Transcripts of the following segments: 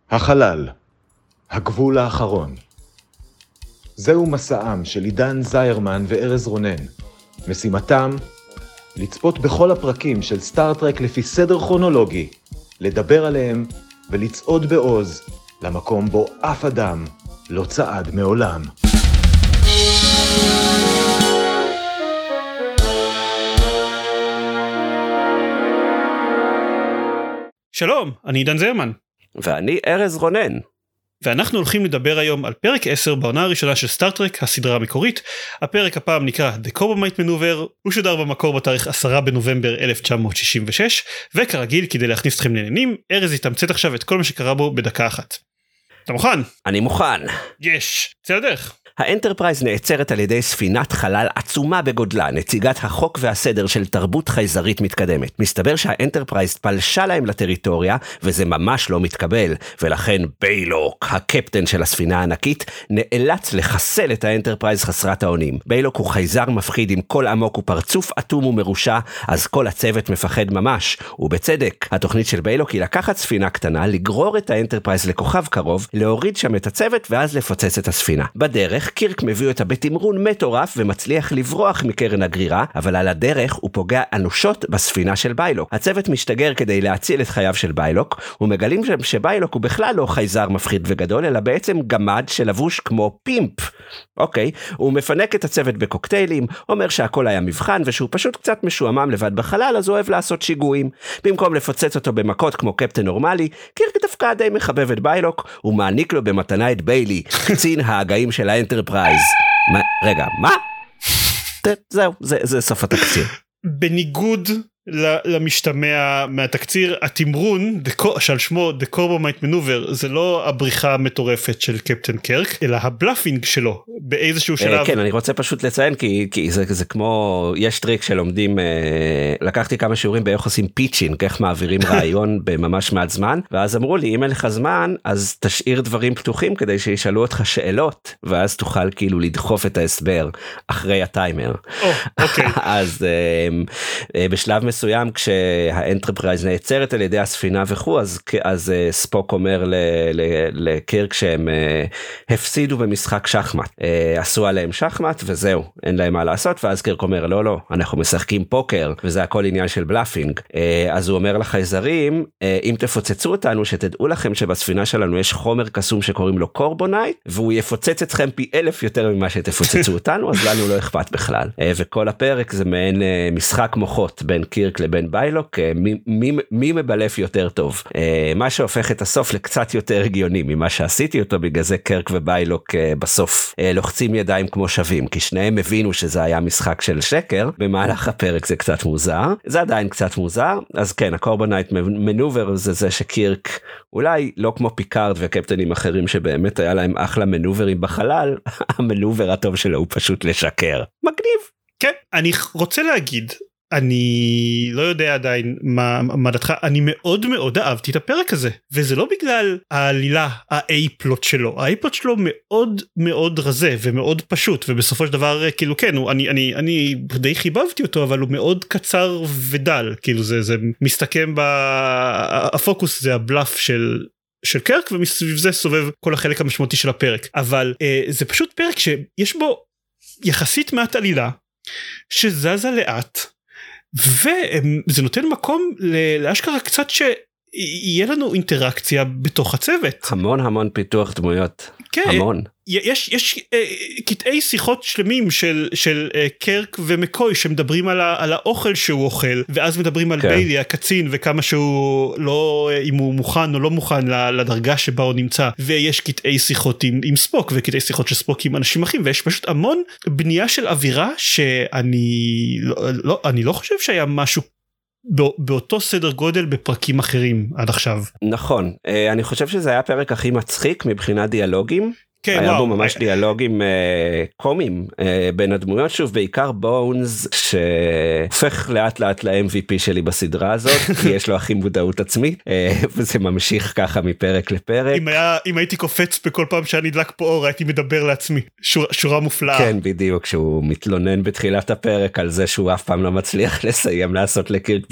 החלל, הגבול האחרון. זהו מסעם של עידן זיירמן וארז רונן. משימתם, לצפות בכל הפרקים של סטארטרק לפי סדר כרונולוגי, לדבר עליהם ולצעוד בעוז למקום בו אף אדם לא צעד מעולם. שלום, אני עידן זיירמן. ואני ארז רונן. ואנחנו הולכים לדבר היום על פרק 10 בעונה הראשונה של סטארטרק, הסדרה המקורית. הפרק הפעם נקרא The Corbomite Maneuver, הוא שודר במקור בתאריך 10 בנובמבר 1966, וכרגיל כדי להכניס אתכם לעניינים, ארז יתמצת עכשיו את כל מה שקרה בו בדקה אחת. אתה מוכן? אני מוכן. יש, צא לדרך. האנטרפרייז נעצרת על ידי ספינת חלל עצומה בגודלה, נציגת החוק והסדר של תרבות חייזרית מתקדמת. מסתבר שהאנטרפרייז פלשה להם לטריטוריה, וזה ממש לא מתקבל, ולכן ביילוק, הקפטן של הספינה הענקית, נאלץ לחסל את האנטרפרייז חסרת האונים. ביילוק הוא חייזר מפחיד עם קול עמוק ופרצוף אטום ומרושע, אז כל הצוות מפחד ממש, ובצדק. התוכנית של ביילוק היא לקחת ספינה קטנה, לגרור את האנטרפרייז לכוכב קרוב, להוריד שם את הצוות ואז לפוצץ את הספינה. בדרך קירק מביא אותה בתמרון מטורף ומצליח לברוח מקרן הגרירה, אבל על הדרך הוא פוגע אנושות בספינה של ביילוק. הצוות משתגר כדי להציל את חייו של ביילוק, ומגלים שביילוק הוא בכלל לא חייזר מפחיד וגדול, אלא בעצם גמד שלבוש כמו פימפ. אוקיי, הוא מפנק את הצוות בקוקטיילים, אומר שהכל היה מבחן ושהוא פשוט קצת משועמם לבד בחלל, אז הוא אוהב לעשות שיגועים. במקום לפוצץ אותו במכות כמו קפטן נורמלי, קירק דווקא די מחבב את ביילוק, הוא מעניק לו במתנה את ביילי, קצין ההגאים של האנטרפרייז. רגע, מה? זהו, זה סוף התקציר. בניגוד למשתמע מהתקציר, התמרון שעל שמו The Corbomite Maneuver זה לא הבריחה המטורפת של קפטן קרק, אלא הבלאפינג שלו באיזשהו שלב. כן, אני רוצה פשוט לציין כי זה כמו, יש טריק שלומדים, לקחתי כמה שיעורים באיך עושים פיצ'ינג, איך מעבירים רעיון בממש מעט זמן, ואז אמרו לי, אם אין לך זמן אז תשאיר דברים פתוחים כדי שישאלו אותך שאלות, ואז תוכל כאילו לדחוף את ההסבר אחרי הטיימר. אוקיי. אז בשלב מסוים כשהאנטרפרייז נעצרת על ידי הספינה וכו', אז ספוק אומר לקירק שהם הפסידו במשחק שחמט, עשו עליהם שחמט וזהו, אין להם מה לעשות, ואז קירק אומר לא, אנחנו משחקים פוקר וזה הכל עניין של בלאפינג. אז הוא אומר לחייזרים, אם תפוצצו אותנו שתדעו לכם שבספינה שלנו יש חומר קסום שקוראים לו קורבונייט, והוא יפוצץ אתכם פי 1000 יותר ממה שתפוצצו אותנו, אז לנו לא אכפת בכלל. וכל הפרק זה מעין משחק מוחות בין קירק לבין ביילוק, מי מבלף יותר טוב. מה שהופך את הסוף לקצת יותר הגיוני ממה שעשיתי אותו, בגלל זה קירק וביילוק בסוף לוחצים ידיים כמו שווים, כי שניהם הבינו שזה היה משחק של שקר. במהלך הפרק זה קצת מוזר, זה עדיין קצת מוזר. אז כן, הקורבונייט מנובר זה שקירק, אולי לא כמו פיקארד וקפטנים אחרים שבאמת היה להם אחלה מנוברים בחלל, המנובר הטוב שלו הוא פשוט לשקר. מגניב. כן, אני רוצה להגיד, אני לא יודע עדיין מה דעתך, אני מאוד מאוד אהבתי את הפרק הזה, וזה לא בגלל העלילה, ה-A-פלוט שלו, ה-A-פלוט שלו מאוד מאוד רזה ומאוד פשוט, ובסופו של דבר כאילו כן, אני די חיבבתי אותו, אבל הוא מאוד קצר ודל, כאילו זה מסתכם הפוקוס זה הבלף של קרק, ומסביב זה סובב כל החלק המשמעותי של הפרק, אבל זה פשוט פרק שיש בו יחסית מעט עלילה, שזזה לאט, וזה נותן מקום לאשכרה קצת שיהיה לנו אינטראקציה בתוך הצוות. המון פיתוח דמויות. כן, המון. יש קטעי שיחות שלמים של קרק ומקוי שמדברים על האוכל שהוא אוכל, ואז מדברים על ביילי הקצין וכמה שהוא לא, אם הוא מוכן או לא מוכן לדרגה שבה הוא נמצא, ויש קטעי שיחות עם ספוק וקטעי שיחות של ספוק עם אנשים אחרים, ויש פשוט המון בנייה של אווירה שאני לא חושב שהיה משהו באותו סדר גודל בפרקים אחרים עד עכשיו. נכון, אני חושב שזה היה הפרק הכי מצחיק מבחינת דיאלוגים. כן, היה בו ממש דיאלוגים קומיים בין הדמויות, שוב בעיקר בונס שהופך לאט לאט ל-MVP שלי בסדרה הזאת, כי יש לו הכי מודעות עצמית, וזה ממשיך ככה מפרק לפרק. אם הייתי קופץ בכל פעם שאני נדלק פה אור, הייתי מדבר לעצמי, שורה מופלאה. כן, בדיוק, שהוא מתלונן בתחילת הפרק על זה שהוא אף פעם לא מצליח לסיים לעשות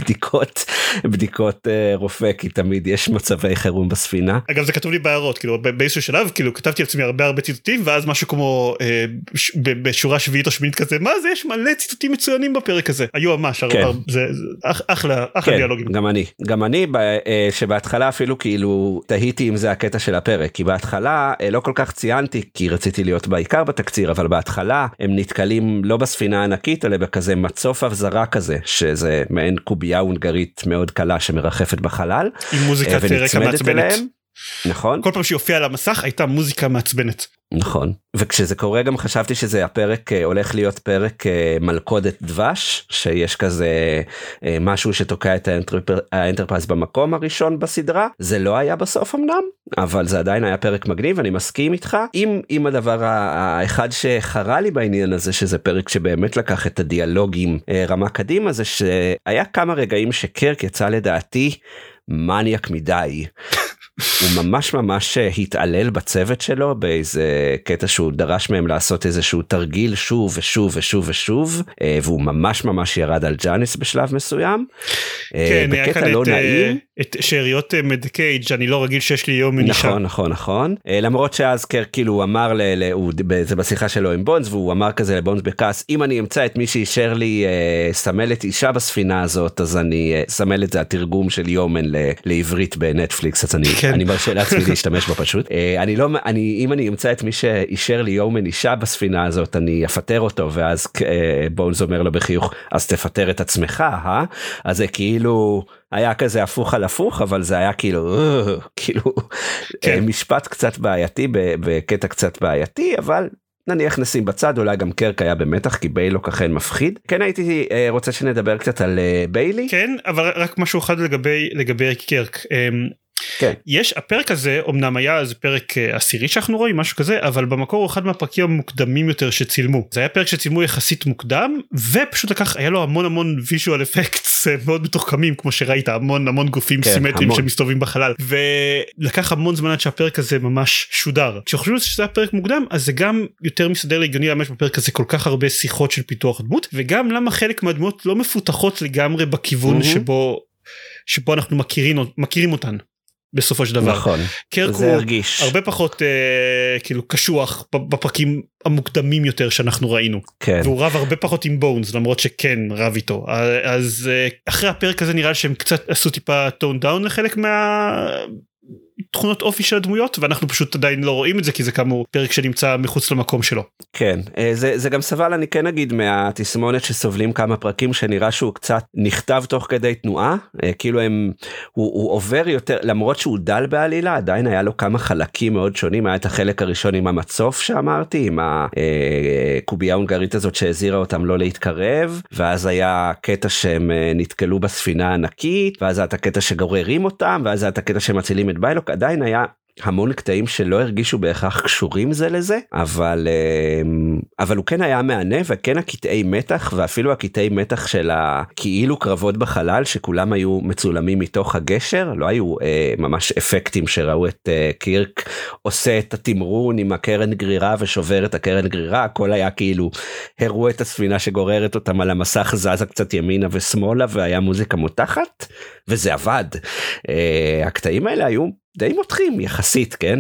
בדיקות רופא, כי תמיד יש מצבי חירום בספינה. אגב, זה כתוב לי בהערות, כאילו באיזשהו שלב, כאילו כתבתי לעצמי הרבה ציטוטים, ואז משהו כמו בשורה שביעית או שמינית כזה, מה זה, יש מלא ציטוטים מצוינים בפרק הזה. היו ממש, זה אחלה דיאלוגים. גם אני, שבהתחלה אפילו כאילו תהיתי אם זה הקטע של הפרק, כי בהתחלה לא כל כך ציינתי, כי רציתי להיות בעיקר בתקציר, אבל בהתחלה הם נתקלים לא בספינה ענקית, אלא בכזה מצוף אבזרה כזה, שזה מעין קובייה הונגרית מאוד קלה שמרחפת בחלל. עם מוזיקת רקע מעצבנת. נכון. כל פעם שיופיע על המסך הייתה מוזיקה מעצבנת. נכון, וכשזה קורה גם חשבתי שזה הפרק הולך להיות פרק מלכודת דבש, שיש כזה משהו שתוקע את האנטרפרייז במקום הראשון בסדרה, זה לא היה בסוף אמנם, אבל זה עדיין היה פרק מגניב, אני מסכים איתך, עם הדבר האחד שחרה לי בעניין הזה, שזה פרק שבאמת לקח את הדיאלוגים רמה קדימה, זה שהיה כמה רגעים שקרק יצא לדעתי מניאק מדי, הוא ממש התעלל בצוות שלו באיזה קטע שהוא דרש מהם לעשות איזשהו תרגיל שוב ושוב ושוב ושוב, והוא ממש ירד על ג'אניס בשלב מסוים. כן, בקטע לא נעים. את שאריות מדקייג' אני לא רגיל שיש לי יום מנישה. נכון. למרות שאז קרק כאילו הוא אמר, זה בשיחה שלו עם בונס, והוא אמר כזה לבונס בכעס, אם אני אמצא את מי שישר לי סמלת אישה בספינה הזאת, אז אני סמל את זה התרגום של יומן לעברית בנטפליקס, אז אני מרשה לעצמי להשתמש בו פשוט. אם אני אמצא את מי שישר לי יומן אישה בספינה הזאת, אני אפטר אותו, ואז בונס אומר לו בחיוך, אז תפטר את עצמך, אז זה כאילו היה כזה הפוך על הפוך, אבל זה היה כאילו משפט קצת בעייתי, בקטע קצת בעייתי, אבל נניח נשים בצד, אולי גם קרק היה במתח, כי ביילי לא ככן מפחיד. כן, הייתי רוצה שנדבר קצת על ביילי. כן, אבל רק משהו אחד לגבי קרק. כן. הפרק הזה אמנם היה זה פרק עשירי שאנחנו רואים משהו כזה, אבל במקור הוא אחד מהפרקים המוקדמים יותר שצילמו. זה היה פרק שצילמו יחסית מוקדם, ופשוט לקח, היה לו המון ויז'ואל אפקטס מאוד מתוחכמים, כמו שראית, המון גופים סימטריים שמסתובבים בחלל, ולקח המון זמן עד שהפרק הזה ממש שודר. כשחושבים שזה היה פרק מוקדם, אז זה גם יותר מסדר להגיוני למש בפרק הזה כל כך הרבה שיחות של פיתוח דמות, וגם למה חלק מהדמות לא מפותחות לגמרי בכיוון שבו אנחנו מכירים אותן. בסופו של דבר. נכון, זה הרגיש. הרבה פחות כאילו קשוח בפרקים המוקדמים יותר שאנחנו ראינו. כן. והוא רב הרבה פחות עם בונס, למרות שכן רב איתו. אז אחרי הפרק הזה נראה שהם קצת עשו טיפה טון דאון לחלק תכונות אופי של הדמויות, ואנחנו פשוט עדיין לא רואים את זה, כי זה כאמור פרק שנמצא מחוץ למקום שלו. כן, זה גם סבל, אני כן אגיד, מהתסמונת שסובלים כמה פרקים, שנראה שהוא קצת נכתב תוך כדי תנועה, כאילו הוא עובר יותר, למרות שהוא דל בעלילה, עדיין היה לו כמה חלקים מאוד שונים, היה את החלק הראשון עם המצוף שאמרתי, עם הקובייה הונגרית הזאת שהזהירה אותם לא להתקרב, ואז היה קטע שהם נתקלו בספינה הענקית, ואז היה את הקטע שגוררים אותם, ואז היה את הקטע שמצילים את ביילוק, עדיין היה המון קטעים שלא הרגישו בהכרח קשורים זה לזה, אבל הוא כן היה מענה, וכן הקטעי מתח, ואפילו הקטעי מתח של כאילו קרבות בחלל, שכולם היו מצולמים מתוך הגשר, לא היו ממש אפקטים שראו את קירק עושה את התמרון עם הקרן גרירה, ושובר את הקרן גרירה, הכל היה כאילו, הראו את הספינה שגוררת אותם על המסך, זזה קצת ימינה ושמאלה, והיה מוזיקה מותחת, וזה עבד. הקטעים האלה היו די מותחים יחסית, כן?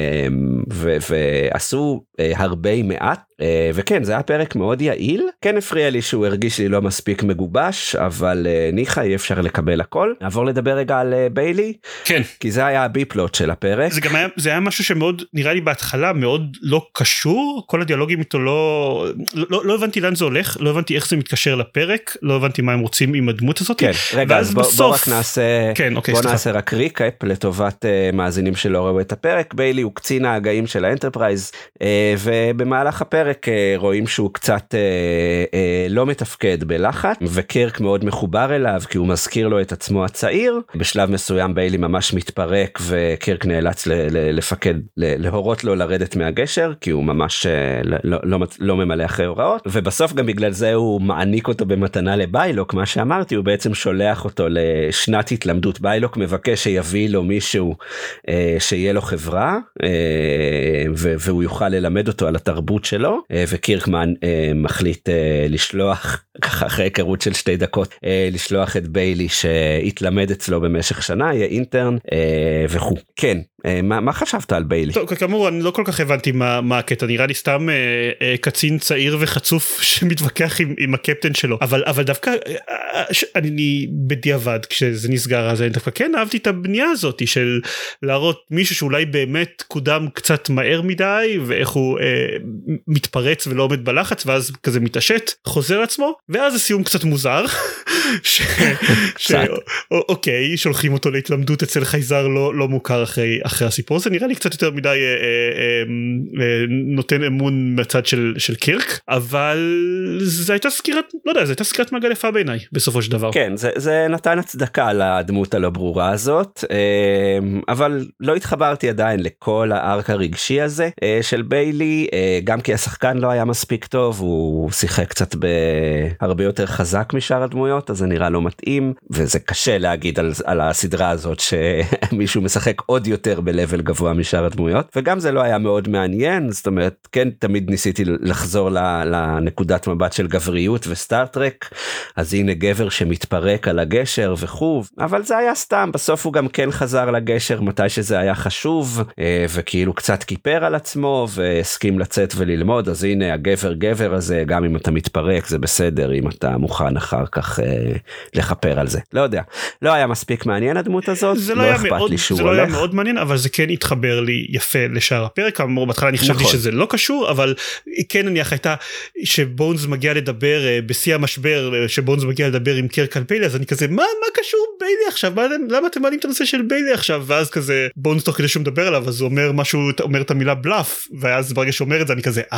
ועשו הרבה מעט, וכן, זה היה פרק מאוד יעיל. כן הפריע לי שהוא הרגיש לי לא מספיק מגובש, אבל ניחא אי אפשר לקבל הכל. נעבור לדבר רגע על ביילי. כן. כי זה היה הביפלוט של הפרק. זה היה משהו שמאוד, נראה לי בהתחלה, מאוד לא קשור. כל הדיאלוגים איתו לא הבנתי לאן זה הולך, לא הבנתי איך זה מתקשר לפרק, לא הבנתי מה הם רוצים עם הדמות הזאת. כן, רגע, אז בוא רק נעשה, בוא נעשה רק ריקאפ לטובת מאזינים שלא ראו את הפרק. ביילי הוא קצין ההגאים של האנטרפרייז, ובמהלך הפרק הפרק רואים שהוא קצת לא מתפקד בלחץ, וקירק מאוד מחובר אליו, כי הוא מזכיר לו את עצמו הצעיר. בשלב מסוים ביילי ממש מתפרק, וקירק נאלץ לפקד, להורות לו לרדת מהגשר, כי הוא ממש לא ממלא אחרי הוראות, ובסוף גם בגלל זה הוא מעניק אותו במתנה לביילוק, מה שאמרתי, הוא בעצם שולח אותו לשנת התלמדות. ביילוק מבקש שיביא לו מישהו שיהיה לו חברה, והוא יוכל ללמד אותו על התרבות שלו, וקירקמן מחליט לשלוח, ככה אחרי היכרות של 2 דקות, לשלוח את ביילי שהתלמד אצלו במשך שנה, יהיה אינטרן וכו'. כן, מה חשבת על ביילי? טוב, כאמור, אני לא כל כך הבנתי מה הקטע, נראה לי סתם קצין צעיר וחצוף שמתווכח עם הקפטן שלו, אבל דווקא אני בדיעבד, כשזה נסגר, אז אני דווקא כן אהבתי את הבנייה הזאת של להראות מישהו שאולי באמת קודם קצת מהר מדי, ואיך הוא מתפרץ ולא עומד בלחץ, ואז כזה מתעשת, חוזר לעצמו, ואז זה סיום קצת מוזר, אוקיי, שולחים אותו להתלמדות אצל חייזר לא מוכר אחרי הסיפור, זה נראה לי קצת יותר מדי נותן אמון מצד של קירק, אבל זה הייתה סקירת, לא יודע, זה הייתה סקירת מעגל יפה בעיניי, בסופו של דבר. כן, זה נתן הצדקה לדמות הלא ברורה הזאת, אבל לא התחברתי עדיין לכל הארק הרגשי הזה של ביילי, גם כי השחקן לא היה מספיק טוב, הוא שיחק קצת הרבה יותר חזק משאר הדמויות, אז זה נראה לא מתאים, וזה קשה להגיד על הסדרה הזאת שמישהו משחק עוד יותר בלבל גבוה משאר הדמויות, וגם זה לא היה מאוד מעניין, זאת אומרת, כן, תמיד ניסיתי לחזור לנקודת מבט של גבריות וסטארטרק, אז הנה גבר שמתפרק על הגשר וכו', אבל זה היה סתם, בסוף הוא גם כן חזר לגשר מתי שזה היה חשוב, וכאילו קצת כיפר על עצמו, והסכים לצאת וללמוד, אז הנה הגבר הזה, גם אם אתה מתפרק זה בסדר, אם אתה מוכן אחר כך לחפר על זה. לא יודע, לא היה מספיק מעניין הדמות הזאת, לא אכפת לי שהוא הולך. זה לא היה מאוד מעניין, אבל זה כן התחבר לי יפה לשאר הפרק, אמרו בהתחלה אני חשבתי שזה לא קשור, אבל כן נניח הייתה שבונס מגיע לדבר בשיא המשבר, שבונס מגיע לדבר עם קירק על ביילי, אז אני כזה, מה קשור ביילי עכשיו? למה אתם מעלים את הנושא של ביילי עכשיו? ואז כזה בונס תוך כדי שהוא מדבר עליו, אז הוא אומר משהו, אומר את המילה בלאף, ואז ברגע שהוא אומר את זה אני כזה,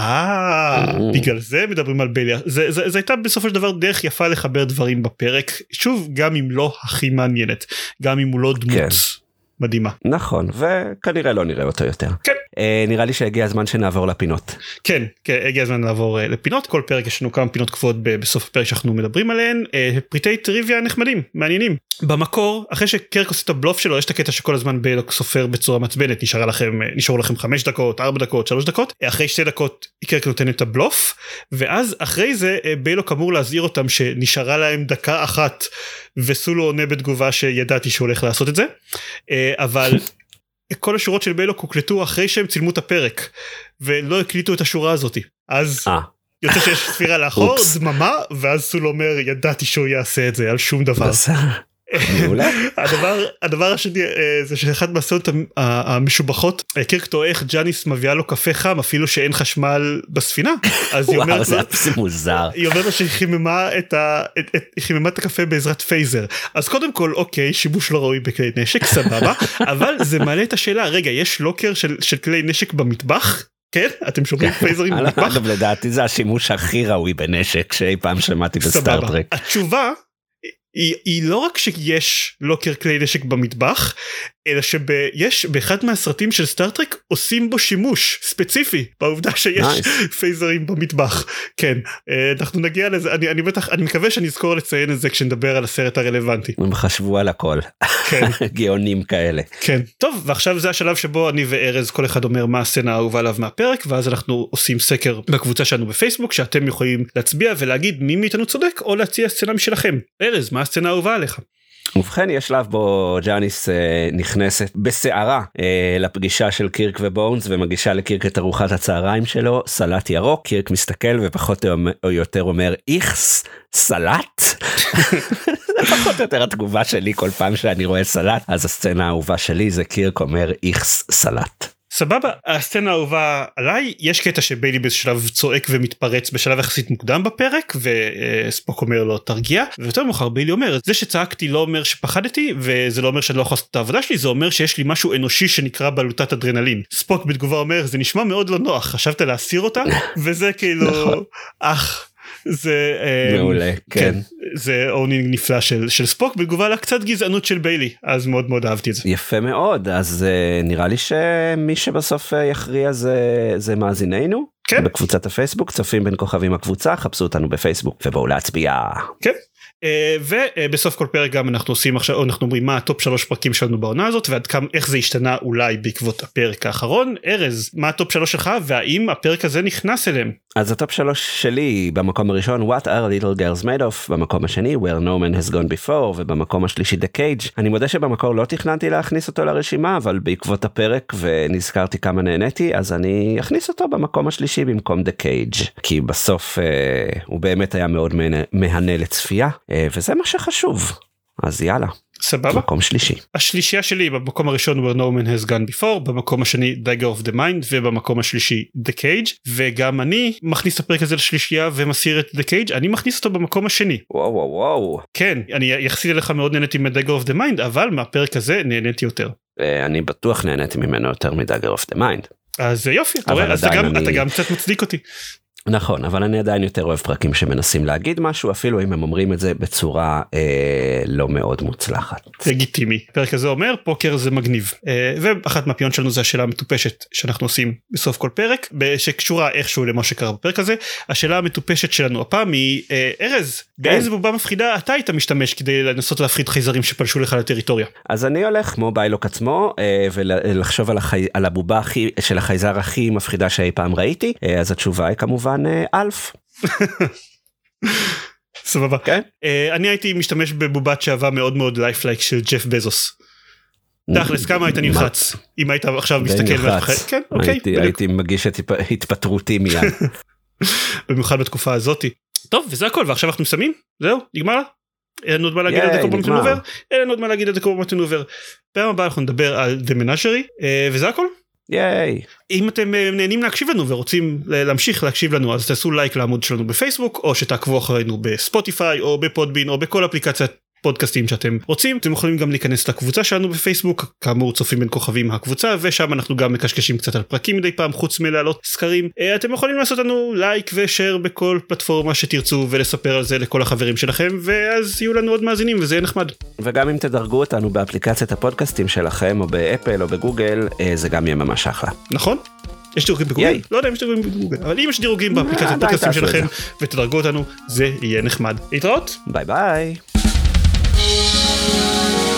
בגלל זה מדברים על ביילי. זה הייתה בסופו של דבר דרך יפה לחבר דברים בפרק, שוב, גם אם לא הכי מעניינת, גם אם הוא לא דמות מדהימה. נכון, וכנראה לא נראה אותו יותר. כן. נראה לי שהגיע הזמן שנעבור לפינות. כן, הגיע הזמן לעבור לפינות, כל פרק יש לנו כמה פינות קבועות בסוף הפרק שאנחנו מדברים עליהן, פריטי טריוויה נחמדים, מעניינים. במקור, אחרי שקרק עושה את הבלוף שלו, יש את הקטע שכל הזמן ביילוק סופר בצורה מעצבנת, נשארו לכם 5 דקות, 4 דקות, 3 דקות, אחרי 2 דקות קרק נותן את הבלוף, ואז אחרי זה ביילוק אמור להזהיר אותם שנשארה להם 1 דקה, וסולו עונה בתגובה שידעתי שהוא הולך לעשות את זה, אבל כל השורות של ביילוק הוקלטו אחרי שהם צילמו את הפרק, ולא הקליטו את השורה הזאת, אז יוצא שיש ספירה לאחור, דממה, ואז סולו אומר, ידעתי שהוא יעשה את זה על שום דבר. הדבר השני זה שאחד מהסצנות המשובחות, קירק טועה איך ג'אניס מביאה לו קפה חם אפילו שאין חשמל בספינה, אז היא אומרת לו שהיא חיממה את הקפה בעזרת פייזר. אז קודם כל אוקיי, שימוש לא ראוי בכלי נשק, סבבה, אבל זה מעלה את השאלה, רגע, יש לוקר של כלי נשק במטבח? כן, אתם שומעים פייזרים במטבח? אגב, לדעתי זה השימוש הכי ראוי בנשק שאי פעם שמעתי בסטארטרק. התשובה היא לא רק שיש לוקר כלי נשק במטבח, אלא שיש באחד מהסרטים של סטארטרק עושים בו שימוש ספציפי בעובדה שיש פייזרים במטבח. כן, אנחנו נגיע לזה, אני מקווה שאני אזכור לציין את זה כשנדבר על הסרט הרלוונטי. הם חשבו על הכל, גאונים כאלה. כן, טוב, ועכשיו זה השלב שבו אני וארז כל אחד אומר מה הסצנה האהובה עליו מהפרק, ואז אנחנו עושים סקר בקבוצה שלנו בפייסבוק, שאתם יכולים להצביע ולהגיד מי מאיתנו צודק, או להציע סצנה משלכם. ארז, מה הסצנה האהובה עליך? ובכן, יש שלב בו ג'אניס נכנסת בסערה לפגישה של קירק ובונס, ומגישה לקירק את ארוחת הצהריים שלו, סלט ירוק. קירק מסתכל ופחות או יותר אומר, איכס, סלט? זה פחות או יותר התגובה שלי כל פעם שאני רואה סלט, אז הסצנה האהובה שלי זה קירק אומר, איכס, סלט. סבבה, הסצנה האהובה עליי, יש קטע שביילי בשלב צועק ומתפרץ בשלב יחסית מוקדם בפרק, וספוק אומר לו תרגיע, ויותר מאוחר ביילי אומר, זה שצעקתי לא אומר שפחדתי, וזה לא אומר שאני לא יכול לעשות את העבודה שלי, זה אומר שיש לי משהו אנושי שנקרא בלוטת אדרנלין. ספוק בתגובה אומר, זה נשמע מאוד לא נוח, חשבת להסיר אותה? וזה כאילו, זה מעולה, כן. זה אונינג נפלא של ספוק בתגובה לקצת גזענות של ביילי, אז מאוד מאוד אהבתי את זה. יפה מאוד, אז נראה לי שמי שבסוף יכריע זה מאזיננו, כן. בקבוצת הפייסבוק, צופים בין כוכבים הקבוצה, חפשו אותנו בפייסבוק ובואו להצביע. כן. ובסוף כל פרק גם אנחנו עושים עכשיו, אנחנו אומרים מה הטופ 3 פרקים שלנו בעונה הזאת, ועד כמה, איך זה השתנה אולי בעקבות הפרק האחרון. ארז, מה הטופ 3 שלך, והאם הפרק הזה נכנס אליהם? אז הטופ 3 שלי, במקום הראשון, What are little girls made of, במקום השני, Where no man has gone before, ובמקום השלישי, The Cage. אני מודה שבמקור לא תכננתי להכניס אותו לרשימה, אבל בעקבות הפרק, ונזכרתי כמה נהניתי, אז אני אכניס אותו במקום השלישי, במקום The Cage. כי בסוף הוא באמת היה מאוד מהנה לצפייה, וזה מה שחשוב. אז יאללה. סבבה. מקום שלישי. השלישייה שלי במקום הראשון Where no man has gone before, במקום השני Dagger of the Mind, ובמקום השלישי The Cage, וגם אני מכניס את הפרק הזה לשלישייה ומסיר את The Cage, אני מכניס אותו במקום השני. וואו וואו וואו. כן, אני יחסית לך מאוד נהניתי מ-Dagger of the Mind, אבל מהפרק הזה נהניתי יותר. אני בטוח נהניתי ממנו יותר מ-Dagger of the Mind. אז יופי, אתה רואה, אז אתה גם קצת מצדיק אותי. נכון, אבל אני עדיין יותר אוהב פרקים שמנסים להגיד משהו, אפילו אם הם אומרים את זה בצורה לא מאוד מוצלחת. לגיטימי. פרק הזה אומר, פוקר זה מגניב. ואחת מהפיון שלנו זה השאלה המטופשת שאנחנו עושים בסוף כל פרק, שקשורה איכשהו למה שקרה בפרק הזה. השאלה המטופשת שלנו הפעם היא, ארז, באיזה בובה מפחידה אתה היית משתמש כדי לנסות להפחיד חייזרים שפלשו לך לטריטוריה? אז אני הולך כמו ביילוק עצמו, ולחשוב על הבובה של החייזר הכי מפחידה שאי פעם ראיתי, אז התשובה היא כמובן אלף. סבבה. אני הייתי משתמש בבובת שעבה מאוד מאוד לייפלייק של ג'ף בזוס. תכלס, כמה היית נלחץ? אם היית עכשיו מסתכל כן, אוקיי. הייתי מגיש את התפטרותי מיד. במיוחד בתקופה הזאת. טוב, וזה הכל, ועכשיו אנחנו מסיימים? זהו, נגמר? אין לנו עוד מה להגיד על דקורבמטנובר? אין לנו עוד מה להגיד על דקורבמטנובר. פעם הבאה אנחנו נדבר על The Menagerie, וזה הכל. ייי. אם אתם נהנים להקשיב לנו ורוצים להמשיך להקשיב לנו, אז תעשו לייק לעמוד שלנו בפייסבוק, או שתעקבו אחרינו בספוטיפיי, או בפודבין, או בכל אפליקציית פודקאסטים שאתם רוצים. אתם יכולים גם להיכנס לקבוצה שלנו בפייסבוק, כאמור צופים בין כוכבים הקבוצה, ושם אנחנו גם מקשקשים קצת על פרקים מדי פעם, חוץ מלהעלות סקרים. אתם יכולים לעשות לנו לייק ושאר בכל פלטפורמה שתרצו, ולספר על זה לכל החברים שלכם, ואז יהיו לנו עוד מאזינים, וזה יהיה נחמד. וגם אם תדרגו אותנו באפליקציית הפודקאסטים שלכם, או באפל או בגוגל, זה גם יהיה ממש אחלה. נכון? יש דירוגים בגוגל? לא יודע אם יש דירוגים בגוגל, אבל אם יש דירוגים באפליקציית הפודקאסטים שלכם, ותדרגו אותנו, זה יהיה נחמד. להתראות? ביי ביי.